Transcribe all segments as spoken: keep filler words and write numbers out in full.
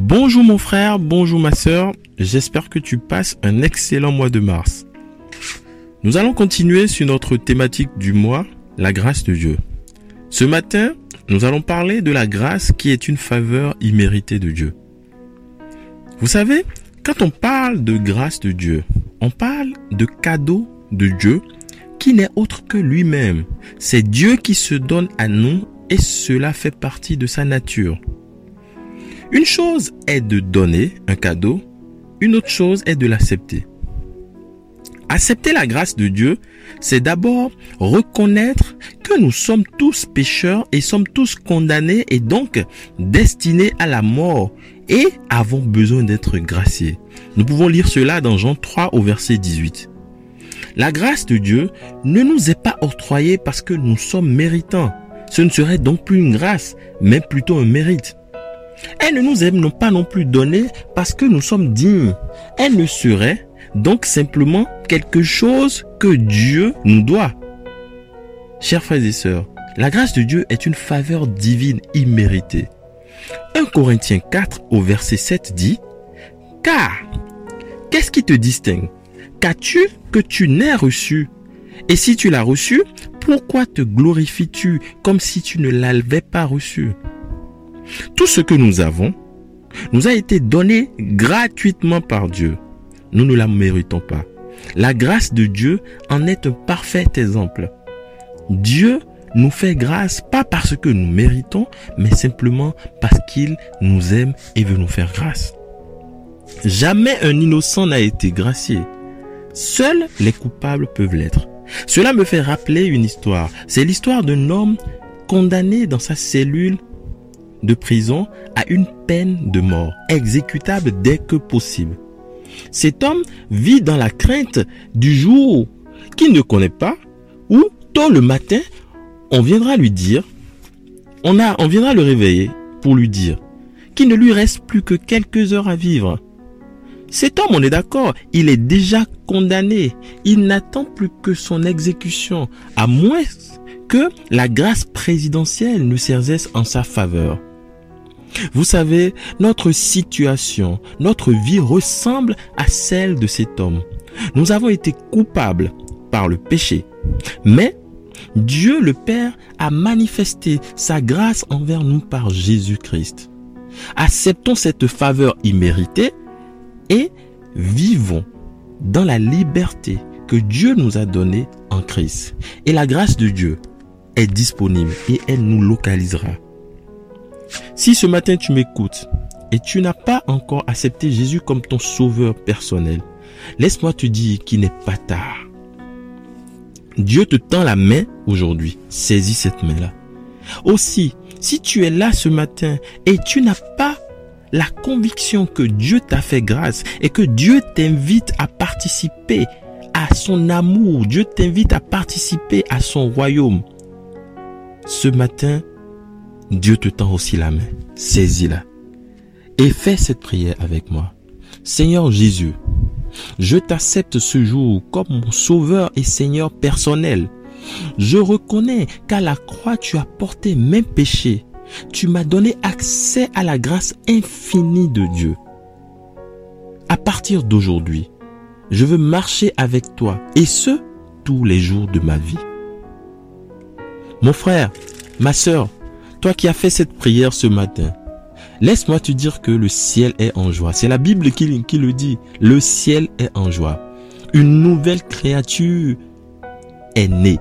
Bonjour mon frère, bonjour ma sœur, j'espère que tu passes un excellent mois de mars. Nous allons continuer sur notre thématique du mois, la grâce de Dieu. Ce matin, nous allons parler de la grâce qui est une faveur imméritée de Dieu. Vous savez, quand on parle de grâce de Dieu, on parle de cadeau de Dieu qui n'est autre que lui-même. C'est Dieu qui se donne à nous et cela fait partie de sa nature. Une chose est de donner un cadeau, une autre chose est de l'accepter. Accepter la grâce de Dieu, c'est d'abord reconnaître que nous sommes tous pécheurs et sommes tous condamnés et donc destinés à la mort et avons besoin d'être graciés. Nous pouvons lire cela dans Jean trois au verset dix-huit. La grâce de Dieu ne nous est pas octroyée parce que nous sommes méritants. Ce ne serait donc plus une grâce, mais plutôt un mérite. Elle ne nous est non pas non plus donnée parce que nous sommes dignes. Elle ne serait donc simplement quelque chose que Dieu nous doit. Chers frères et sœurs, la grâce de Dieu est une faveur divine imméritée. un Corinthiens quatre au verset sept dit « Car, qu'est-ce qui te distingue? Qu'as-tu que tu n'aies reçu? Et si tu l'as reçu, pourquoi te glorifies-tu comme si tu ne l'avais pas reçu? » Tout ce que nous avons nous a été donné gratuitement par Dieu. Nous ne la méritons pas. La grâce de Dieu en est un parfait exemple. Dieu nous fait grâce pas parce que nous méritons, mais simplement parce qu'il nous aime et veut nous faire grâce. Jamais un innocent n'a été gracié. Seuls les coupables peuvent l'être. Cela me fait rappeler une histoire. C'est l'histoire d'un homme condamné dans sa cellule de prison à une peine de mort, exécutable dès que possible. Cet homme vit dans la crainte du jour qu'il ne connaît pas, où tôt le matin, on viendra lui dire, on, a, on viendra le réveiller pour lui dire qu'il ne lui reste plus que quelques heures à vivre. Cet homme, on est d'accord, il est déjà condamné. Il n'attend plus que son exécution, à moins que la grâce présidentielle ne s'exerce en sa faveur. Vous savez, notre situation, notre vie ressemble à celle de cet homme. Nous avons été coupables par le péché, mais Dieu le Père a manifesté sa grâce envers nous par Jésus-Christ. Acceptons cette faveur imméritée et vivons dans la liberté que Dieu nous a donnée en Christ. Et la grâce de Dieu est disponible et elle nous localisera. Si ce matin tu m'écoutes et tu n'as pas encore accepté Jésus comme ton sauveur personnel, laisse-moi te dire qu'il n'est pas tard. Dieu te tend la main aujourd'hui. Saisis cette main-là. Aussi, si tu es là ce matin et tu n'as pas la conviction que Dieu t'a fait grâce et que Dieu t'invite à participer à son amour, Dieu t'invite à participer à son royaume, ce matin, Dieu te tend aussi la main. Saisis-la et fais cette prière avec moi. Seigneur Jésus, je t'accepte ce jour comme mon sauveur et Seigneur personnel. Je reconnais qu'à la croix, tu as porté mes péchés. Tu m'as donné accès à la grâce infinie de Dieu. À partir d'aujourd'hui, je veux marcher avec toi et ce, tous les jours de ma vie. Mon frère, ma sœur, toi qui as fait cette prière ce matin, laisse-moi te dire que le ciel est en joie. C'est la Bible qui, qui le dit. Le ciel est en joie. Une nouvelle créature est née.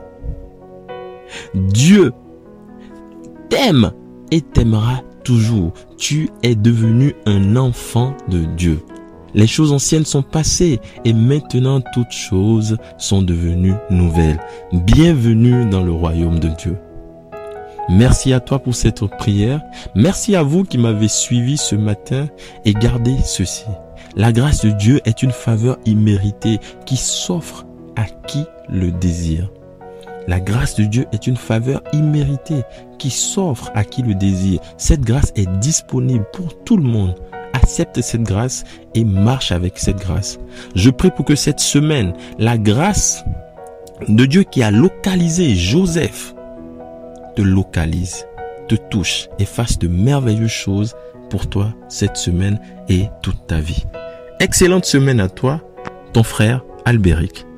Dieu t'aime et t'aimera toujours. Tu es devenu un enfant de Dieu. Les choses anciennes sont passées et maintenant toutes choses sont devenues nouvelles. Bienvenue dans le royaume de Dieu. Merci à toi pour cette prière. Merci à vous qui m'avez suivi ce matin et gardez ceci. La grâce de Dieu est une faveur imméritée qui s'offre à qui le désire. La grâce de Dieu est une faveur imméritée qui s'offre à qui le désire. Cette grâce est disponible pour tout le monde. Accepte cette grâce et marche avec cette grâce. Je prie pour que cette semaine, la grâce de Dieu qui a localisé Joseph te localise, te touche et fasse de merveilleuses choses pour toi cette semaine et toute ta vie. Excellente semaine à toi, ton frère Albéric.